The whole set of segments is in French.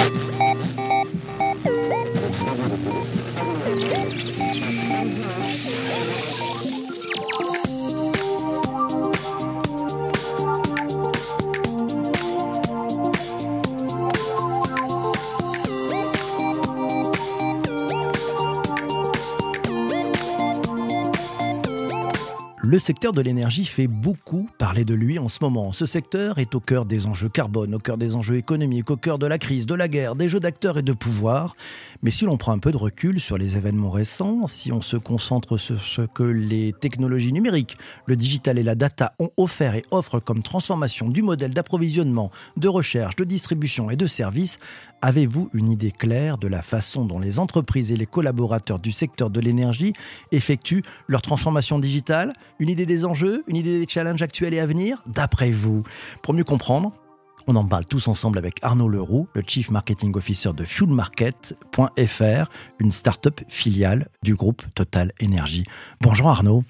Le secteur de l'énergie fait beaucoup parler de lui en ce moment. Ce secteur est au cœur des enjeux carbone, au cœur des enjeux économiques, au cœur de la crise, de la guerre, des jeux d'acteurs et de pouvoir. Mais si l'on prend un peu de recul sur les événements récents, si on se concentre sur ce que les technologies numériques, le digital et la data ont offert et offrent comme transformation du modèle d'approvisionnement, de recherche, de distribution et de services, avez-vous une idée claire de la façon dont les entreprises et les collaborateurs du secteur de l'énergie effectuent leur transformation digitale ? Une idée des enjeux, une idée des challenges actuels et à venir, d'après vous? Pour mieux comprendre, on en parle tous ensemble avec Arnaud Leroux, le Chief Marketing Officer de fuelmarket.fr, une start-up filiale du groupe Total Energy. Bonjour Arnaud.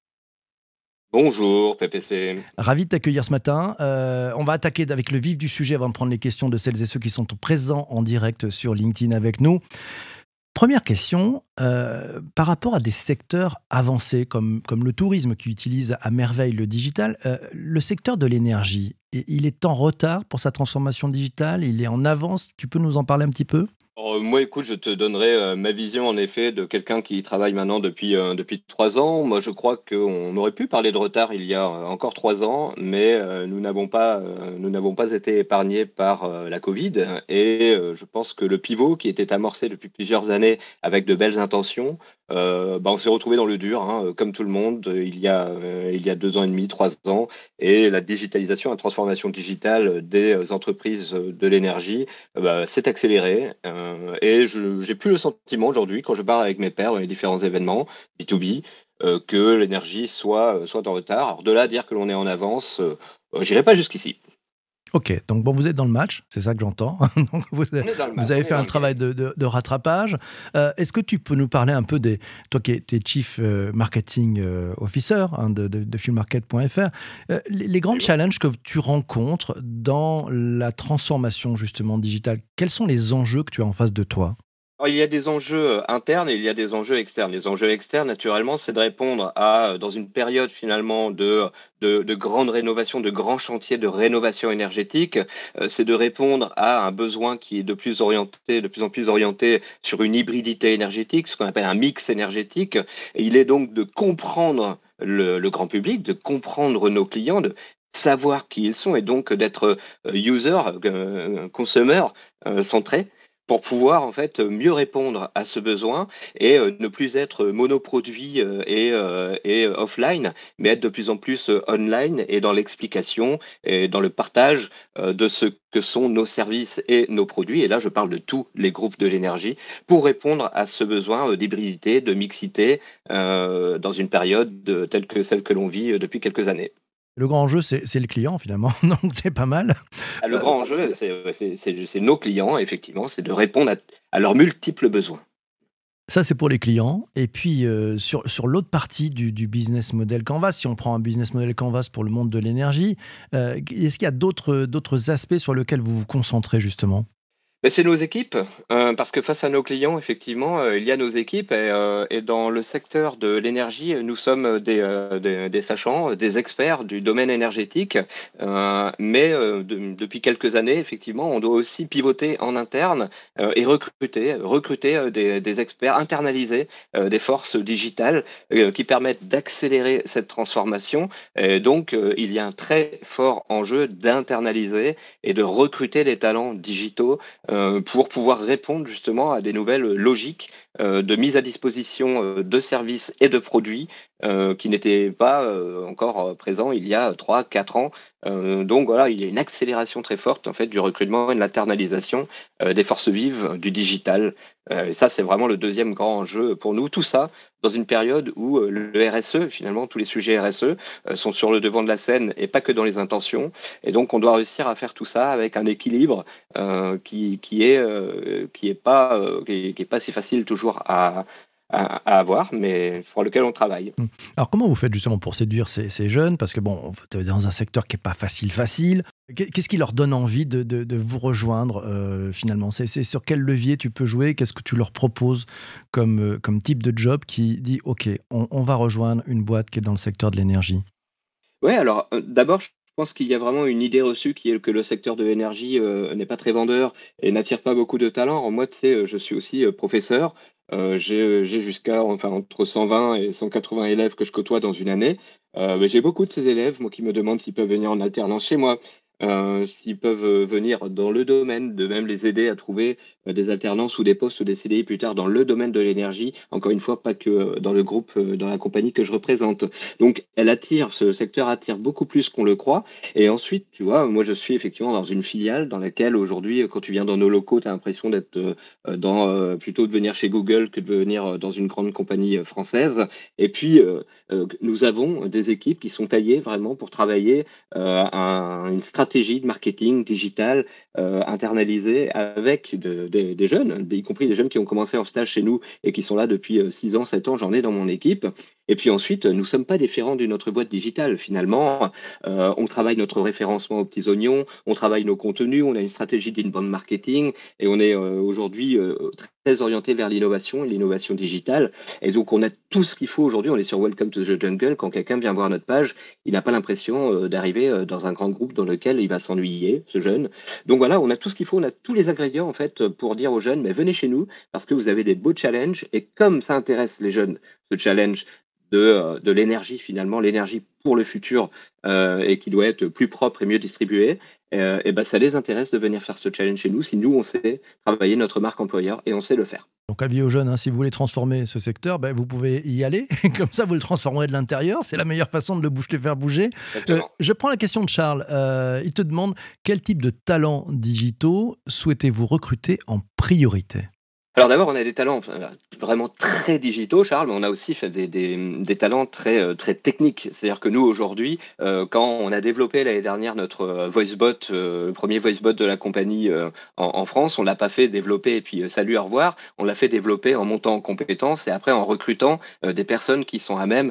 Bonjour PPC. Ravi de t'accueillir ce matin. On va attaquer avec le vif du sujet avant de prendre les questions de celles et ceux qui sont présents en direct sur LinkedIn avec nous. Première question, par rapport à des secteurs avancés comme le tourisme qui utilise à merveille le digital, le secteur de l'énergie, il est en retard pour sa transformation digitale, il est en avance, tu peux nous en parler un petit peu ? Moi, écoute, je te donnerai ma vision en effet de quelqu'un qui travaille maintenant depuis 3 ans. Moi, je crois qu'on aurait pu parler de retard il y a encore 3 ans, mais nous n'avons pas été épargnés par la Covid. Et je pense que le pivot qui était amorcé depuis plusieurs années avec de belles intentions, on s'est retrouvé dans le dur, hein, comme tout le monde, il y a 2 ans et demi, 3 ans, et la digitalisation, la transformation digitale des entreprises de l'énergie s'est accélérée. Et j'ai plus le sentiment aujourd'hui, quand je parle avec mes pairs dans les différents événements B2B, que l'énergie soit en retard. Alors de là à dire que l'on est en avance, j'irai pas jusqu'ici. Ok, donc vous êtes dans le match, c'est ça que j'entends. Donc vous avez fait un travail de rattrapage. Est-ce que tu peux nous parler un peu toi qui es Chief Marketing Officer de fuelmarket.fr, les grands challenges que tu rencontres dans la transformation justement digitale? Quels sont les enjeux que tu as en face de toi? Alors, il y a des enjeux internes et il y a des enjeux externes. Les enjeux externes, naturellement, c'est de répondre dans une période finalement de grande rénovation, de grands chantiers de rénovation énergétique, c'est de répondre à un besoin qui est de plus en plus orienté sur une hybridité énergétique, ce qu'on appelle un mix énergétique. Et il est donc de comprendre le grand public, de comprendre nos clients, de savoir qui ils sont et donc d'être user, consommateur centré pour pouvoir en fait mieux répondre à ce besoin et ne plus être monoproduit et offline, mais être de plus en plus online et dans l'explication et dans le partage de ce que sont nos services et nos produits. Et là, je parle de tous les groupes de l'énergie pour répondre à ce besoin d'hybridité, de mixité dans une période telle que celle que l'on vit depuis quelques années. Le grand enjeu, c'est le client finalement, donc c'est pas mal. Le grand enjeu, c'est nos clients, effectivement, c'est de répondre à leurs multiples besoins. Ça, c'est pour les clients. Et puis, sur l'autre partie du business model Canvas, si on prend un business model Canvas pour le monde de l'énergie, est-ce qu'il y a d'autres aspects sur lesquels vous vous concentrez justement ? Mais c'est nos équipes, parce que face à nos clients, effectivement, il y a nos équipes et dans le secteur de l'énergie, nous sommes des sachants, des experts du domaine énergétique, mais depuis quelques années, effectivement, on doit aussi pivoter en interne et recruter des experts, internaliser des forces digitales qui permettent d'accélérer cette transformation. Et donc, il y a un très fort enjeu d'internaliser et de recruter des talents digitaux pour pouvoir répondre justement à des nouvelles logiques de mise à disposition de services et de produits qui n'étaient pas encore présents il y a 3, 4 ans. Donc voilà, il y a une accélération très forte en fait du recrutement et de l'internalisation des forces vives du digital. Et ça, c'est vraiment le deuxième grand enjeu pour nous. Tout ça dans une période où le RSE, finalement, tous les sujets RSE sont sur le devant de la scène et pas que dans les intentions. Et donc, on doit réussir à faire tout ça avec un équilibre qui est pas si facile toujours à à avoir, mais pour lequel on travaille. Mmh. Alors comment vous faites justement pour séduire ces jeunes? Parce que bon, tu es dans un secteur qui est pas facile. Qu'est-ce qui leur donne envie de vous rejoindre, finalement? C'est sur quel levier tu peux jouer? Qu'est-ce que tu leur proposes comme type de job qui dit: «OK, on va rejoindre une boîte qui est dans le secteur de l'énergie»? Ouais, alors, d'abord, je pense qu'il y a vraiment une idée reçue qui est que le secteur de l'énergie, n'est pas très vendeur et n'attire pas beaucoup de talents. Alors moi, tu sais, je suis aussi, professeur. J'ai jusqu'à enfin entre 120 et 180 élèves que je côtoie dans une année. Mais j'ai beaucoup de ces élèves, moi, qui me demandent s'ils peuvent venir en alternance chez moi, s'ils peuvent, venir dans le domaine, de même les aider à trouver, des alternances ou des postes ou des CDI plus tard dans le domaine de l'énergie. Encore une fois, pas que, dans le groupe, dans la compagnie que je représente. Donc elle attire ce secteur attire beaucoup plus qu'on le croit et ensuite, tu vois, moi je suis effectivement dans une filiale dans laquelle aujourd'hui, quand tu viens dans nos locaux, tu as l'impression d'être, plutôt de venir chez Google que de venir, dans une grande compagnie, française et puis, nous avons des équipes qui sont taillées vraiment pour travailler, une stratégie de marketing digital, internalisée avec des jeunes, y compris des jeunes qui ont commencé en stage chez nous et qui sont là depuis, 6 ans, 7 ans, j'en ai dans mon équipe et puis ensuite, nous ne sommes pas différents d'une autre boîte digitale. Finalement, on travaille notre référencement aux petits oignons, on travaille nos contenus, on a une stratégie d'inbound marketing et on est aujourd'hui très orienté vers l'innovation et l'innovation digitale. Et donc, on a tout ce qu'il faut aujourd'hui. On est sur Welcome to the Jungle. Quand quelqu'un vient voir notre page, il n'a pas l'impression d'arriver dans un grand groupe dans lequel il va s'ennuyer, ce jeune. Donc voilà, on a tout ce qu'il faut, on a tous les ingrédients en fait pour dire aux jeunes, mais venez chez nous parce que vous avez des beaux challenges. Et comme ça intéresse les jeunes, ce challenge de l'énergie finalement, l'énergie pour le futur et qui doit être plus propre et mieux distribuée, et ben, ça les intéresse de venir faire ce challenge chez nous si nous, on sait travailler notre marque employeur et on sait le faire. Donc avis aux jeunes, hein, si vous voulez transformer ce secteur, ben, vous pouvez y aller. Comme ça, vous le transformerez de l'intérieur. C'est la meilleure façon de le faire bouger. Exactement. Je prends la question de Charles. Il te demande quel type de talents digitaux souhaitez-vous recruter en priorité? Alors d'abord, on a des talents enfin, vraiment très digitaux, Charles, mais on a aussi fait des talents très, très techniques. C'est-à-dire que nous, aujourd'hui, quand on a développé l'année dernière notre, voicebot, le 1er voicebot de la compagnie, en France, on l'a pas fait développer et puis, salut, au revoir. On l'a fait développer en montant en compétences et après en recrutant, des personnes qui sont à même,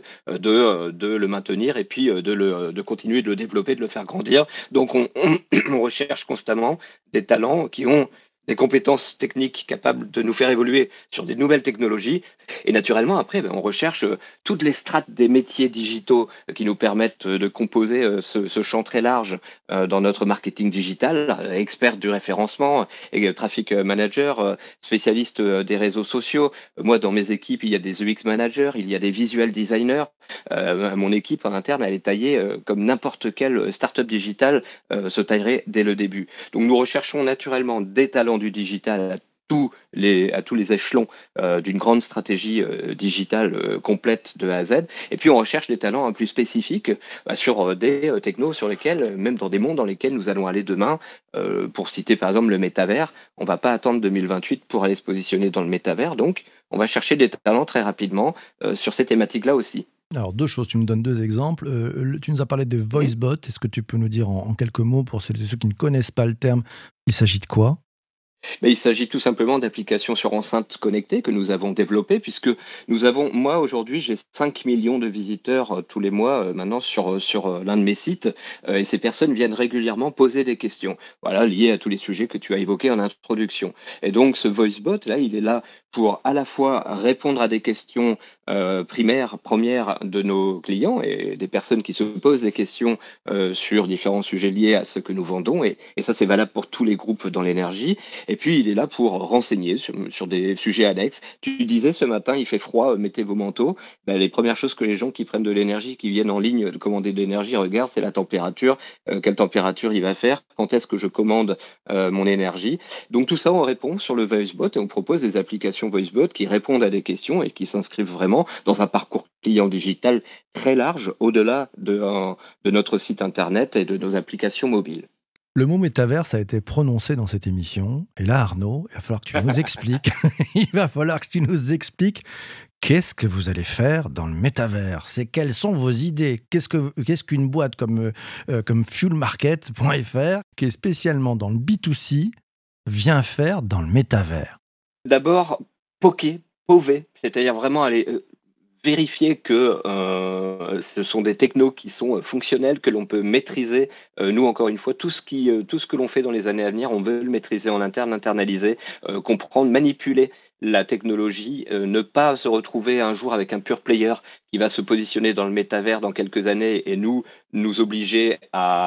de le maintenir et puis, de continuer de le développer, de le faire grandir. Donc on on recherche constamment des talents qui ont des compétences techniques capables de nous faire évoluer sur des nouvelles technologies. Et naturellement, après, ben, on recherche toutes les strates des métiers digitaux qui nous permettent de composer ce champ très large dans notre marketing digital, expert du référencement, et, traffic manager, spécialiste des réseaux sociaux. Moi, dans mes équipes, il y a des UX managers, il y a des visual designers. Mon équipe en interne, elle est taillée comme n'importe quelle startup digitale se taillerait dès le début. Donc nous recherchons naturellement des talents du digital à tous les échelons d'une grande stratégie digitale complète de A à Z. Et puis on recherche des talents plus spécifiques sur des technos sur lesquels, même dans des mondes dans lesquels nous allons aller demain, pour citer par exemple le métavers, on ne va pas attendre 2028 pour aller se positionner dans le métavers. Donc on va chercher des talents très rapidement sur ces thématiques-là aussi. Alors, deux choses, tu me donnes deux exemples. Tu nous as parlé de VoiceBot. Est-ce que tu peux nous dire en quelques mots, pour celles et ceux qui ne connaissent pas le terme, il s'agit de quoi? Mais il s'agit tout simplement d'applications sur enceinte connectée que nous avons développées, puisque nous avons, moi aujourd'hui, j'ai 5 millions de visiteurs tous les mois maintenant sur l'un de mes sites, et ces personnes viennent régulièrement poser des questions, voilà, liées à tous les sujets que tu as évoqués en introduction. Et donc ce VoiceBot, là, il est là pour à la fois répondre à des questions primaires, premières de nos clients et des personnes qui se posent des questions sur différents sujets liés à ce que nous vendons, et ça c'est valable pour tous les groupes dans l'énergie. Et puis, il est là pour renseigner sur des sujets annexes. Tu disais ce matin, il fait froid, mettez vos manteaux. Ben, les premières choses que les gens qui prennent de l'énergie, qui viennent en ligne de commander de l'énergie, regardent, c'est la température. Quelle température il va faire? Quand est-ce que je commande mon énergie? Donc tout ça, on répond sur le VoiceBot et on propose des applications VoiceBot qui répondent à des questions et qui s'inscrivent vraiment dans un parcours client digital très large, au-delà de notre site internet et de nos applications mobiles. Le mot métaverse a été prononcé dans cette émission. Et là, Arnaud, il va falloir que tu nous expliques. Il va falloir que tu nous expliques qu'est-ce que vous allez faire dans le métavers. Quelles sont vos idées? Qu'est-ce qu'une boîte comme fuelmarket.fr, qui est spécialement dans le B2C, vient faire dans le métavers? D'abord, poker, pauver C'est-à-dire vraiment aller vérifier que ce sont des technos qui sont fonctionnels, que l'on peut maîtriser. Nous, encore une fois, tout ce que l'on fait dans les années à venir, on veut le maîtriser en interne, internaliser, comprendre, manipuler la technologie, ne pas se retrouver un jour avec un pure player qui va se positionner dans le métavers dans quelques années et nous obliger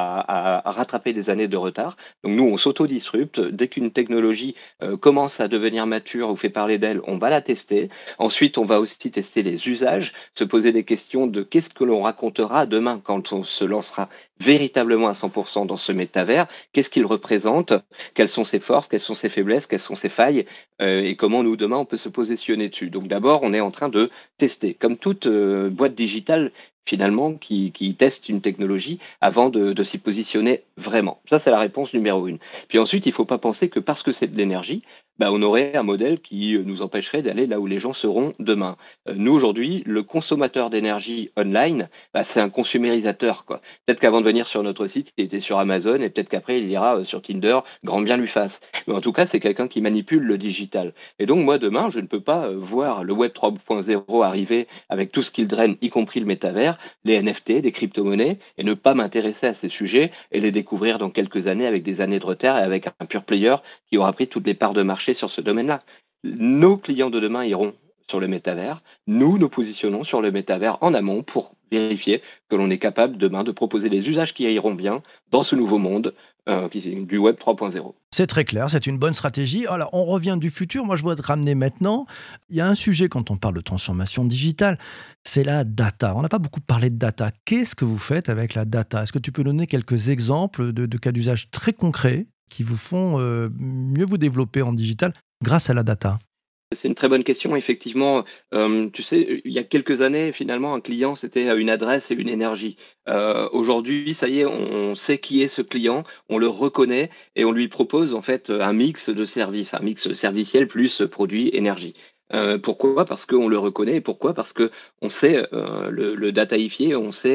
à rattraper des années de retard. Donc nous, on s'auto-disrupte. Dès qu'une technologie commence à devenir mature ou fait parler d'elle, on va la tester. Ensuite, on va aussi tester les usages, se poser des questions de qu'est-ce que l'on racontera demain quand on se lancera véritablement à 100% dans ce métavers, qu'est-ce qu'il représente, quelles sont ses forces, quelles sont ses faiblesses, quelles sont ses failles, et comment nous, demain, on peut se positionner dessus. Donc d'abord, on est en train de tester, comme toute boîte digitale, finalement, qui teste une technologie avant de s'y positionner vraiment. Ça, c'est la réponse numéro une. Puis ensuite, il ne faut pas penser que parce que c'est de l'énergie, bah, on aurait un modèle qui nous empêcherait d'aller là où les gens seront demain. Nous, aujourd'hui, le consommateur d'énergie online, bah, c'est un consumérisateur, quoi. Peut-être qu'avant de venir sur notre site, il était sur Amazon et peut-être qu'après, il ira sur Tinder, grand bien lui fasse. Mais en tout cas, c'est quelqu'un qui manipule le digital. Et donc, moi, demain, je ne peux pas voir le Web 3.0 arriver avec tout ce qu'il draine, y compris le métavers, les NFT, des crypto-monnaies, et ne pas m'intéresser à ces sujets et les découvrir dans quelques années avec des années de retard et avec un pure player qui aura pris toutes les parts de marché sur ce domaine-là. Nos clients de demain iront sur le métavers. Nous positionnons sur le métavers en amont pour vérifier que l'on est capable demain de proposer les usages qui iront bien dans ce nouveau monde du Web 3.0. C'est très clair, c'est une bonne stratégie. Alors, on revient du futur. Moi, je voudrais te ramener maintenant. Il y a un sujet quand on parle de transformation digitale, c'est la data. On n'a pas beaucoup parlé de data. Qu'est-ce que vous faites avec la data? Est-ce que tu peux donner quelques exemples de cas d'usage très concrets qui vous font mieux vous développer en digital grâce à la data? C'est une très bonne question, effectivement. Tu sais, il y a quelques années, finalement, un client, c'était une adresse et une énergie. Aujourd'hui, ça y est, on sait qui est ce client, on le reconnaît et on lui propose en fait un mix de services, un mix serviciel plus produit énergie. Pourquoi? Parce qu'on le reconnaît. Et pourquoi? Parce que on sait le dataifier,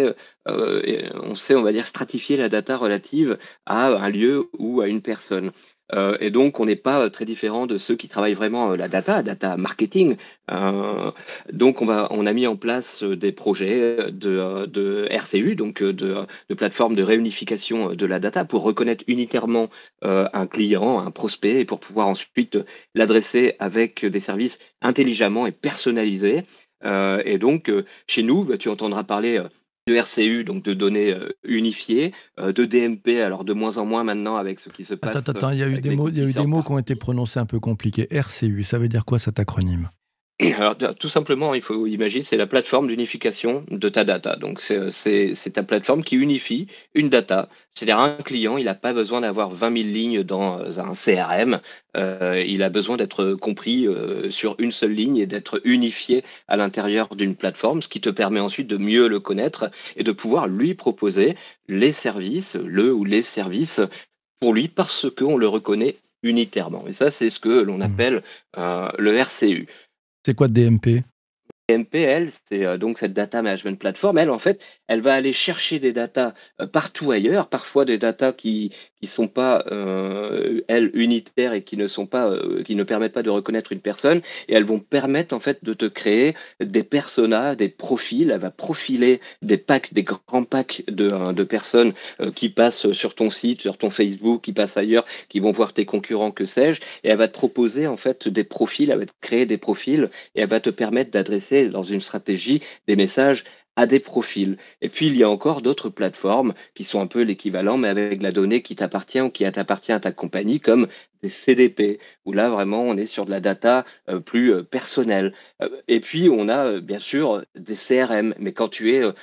on sait, on va dire, stratifier la data relative à un lieu ou à une personne. Et donc, on n'est pas très différent de ceux qui travaillent vraiment la data marketing. Euh, donc, on a mis en place des projets de RCU, donc de plateforme de réunification de la data pour reconnaître unitairement un client, un prospect, et pour pouvoir ensuite l'adresser avec des services intelligemment et personnalisés. Et donc, chez nous, bah, tu entendras parler de RCU, donc de données unifiées, de DMP, alors de moins en moins maintenant avec ce qui se Attends, passe attends, il y a eu avec des les mots, il y a eu cookies des third mots qui ont été party. prononcés un peu compliqués. RCU, ça veut dire quoi cet acronyme? Alors, tout simplement, il faut imaginer, c'est la plateforme d'unification de ta data. Donc, c'est ta plateforme qui unifie une data. C'est-à-dire, un client, il n'a pas besoin d'avoir 20 000 lignes dans un CRM. Il a besoin d'être compris sur une seule ligne et d'être unifié à l'intérieur d'une plateforme, ce qui te permet ensuite de mieux le connaître et de pouvoir lui proposer les services, le ou les services pour lui parce qu'on le reconnaît unitairement. Et ça, c'est ce que l'on Hmm. appelle le RCU. C'est quoi DMP? MPL, c'est donc cette data management platform. Elle, en fait, elle va aller chercher des datas partout ailleurs, parfois des datas qui sont pas, elles, unitaires et qui ne sont pas, qui ne permettent pas de reconnaître une personne. Et elles vont permettre, en fait, de te créer des personas, des profils. Elle va profiler des packs, des grands packs de personnes qui passent sur ton site, sur ton Facebook, qui passent ailleurs, qui vont voir tes concurrents, que sais-je. Et elle va te proposer, en fait, des profils. Elle va te créer des profils et elle va te permettre d'adresser dans une stratégie des messages à des profils. Et puis, il y a encore d'autres plateformes qui sont un peu l'équivalent, mais avec la donnée qui t'appartient ou qui t'appartient à ta compagnie, comme des CDP, où là, vraiment, on est sur de la data plus personnelle. Et puis, on a bien sûr des CRM, mais quand tu es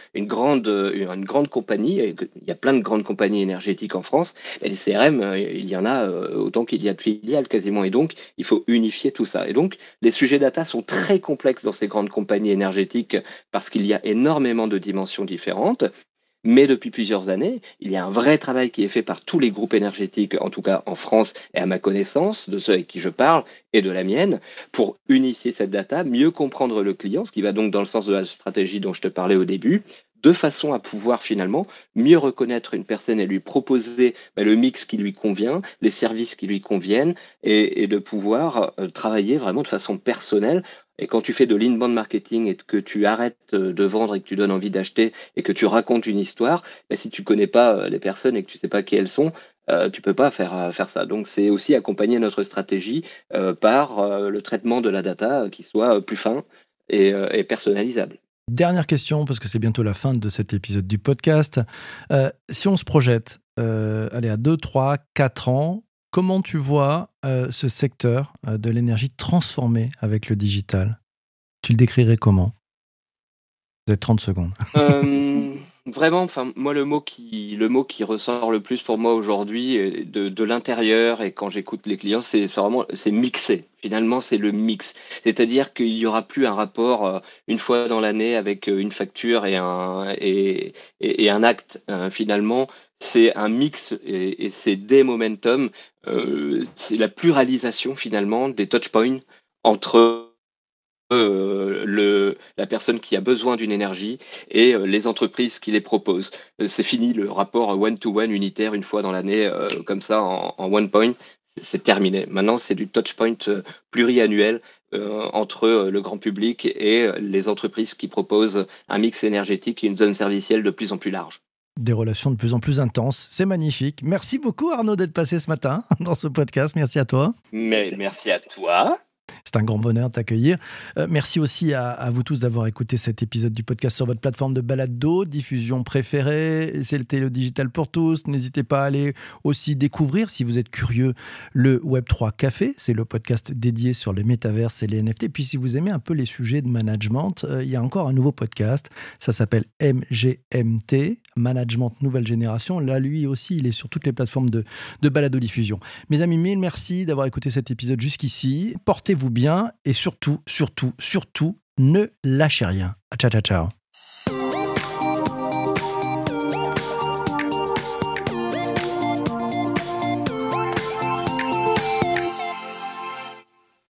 une grande compagnie, et il y a plein de grandes compagnies énergétiques en France, et les CRM, il y en a autant qu'il y a de filiales quasiment, et donc, il faut unifier tout ça. Et donc, les sujets data sont très complexes dans ces grandes compagnies énergétiques parce qu'il y a énormément de dimensions différentes. Mais depuis plusieurs années, il y a un vrai travail qui est fait par tous les groupes énergétiques, en tout cas en France et à ma connaissance, de ceux avec qui je parle et de la mienne, pour unifier cette data, mieux comprendre le client, ce qui va donc dans le sens de la stratégie dont je te parlais au début, de façon à pouvoir finalement mieux reconnaître une personne et lui proposer le mix qui lui convient, les services qui lui conviennent, et de pouvoir travailler vraiment de façon personnelle Et quand tu fais de l'inbound marketing et que tu arrêtes de vendre et que tu donnes envie d'acheter et que tu racontes une histoire, si tu connais pas les personnes et que tu sais pas qui elles sont, tu peux pas faire ça. Donc c'est aussi accompagner notre stratégie par le traitement de la data qui soit plus fin et personnalisable. Dernière question, parce que c'est bientôt la fin de cet épisode du podcast. Si on se projette allez, à 2, 3, 4 ans, comment tu vois ce secteur de l'énergie transformé avec le digital? Tu le décrirais comment? Vous avez 30 secondes. Vraiment, enfin, moi, le mot qui ressort le plus pour moi aujourd'hui, de l'intérieur et quand j'écoute les clients, c'est vraiment c'est mixé. Finalement, c'est le mix. C'est-à-dire qu'il y aura plus un rapport, une fois dans l'année avec, une facture et un acte. Finalement, c'est un mix et c'est des momentum, c'est la pluralisation finalement des touch points entre la personne qui a besoin d'une énergie et les entreprises qui les proposent. C'est fini le rapport one-to-one unitaire une fois dans l'année, comme ça en one point, c'est terminé. Maintenant, c'est du touch point pluriannuel entre le grand public et les entreprises qui proposent un mix énergétique et une zone servicielle de plus en plus large. Des relations de plus en plus intenses. C'est magnifique. Merci beaucoup Arnaud d'être passé ce matin dans ce podcast. Merci à toi. Mais merci à toi. C'est un grand bonheur de t'accueillir. Merci aussi à vous tous d'avoir écouté cet épisode du podcast sur votre plateforme de balado, diffusion préférée. C'était le Digital pour tous. N'hésitez pas à aller aussi découvrir, si vous êtes curieux, le Web3 Café. C'est le podcast dédié sur les métaverses et les NFT. Et puis si vous aimez un peu les sujets de management, il y a encore un nouveau podcast. Ça s'appelle MGMT, Management Nouvelle Génération. Là, lui aussi, il est sur toutes les plateformes de balado-diffusion. Mes amis, mille merci d'avoir écouté cet épisode jusqu'ici. Portez-vous bien et surtout, ne lâchez rien. Ciao, ciao, ciao.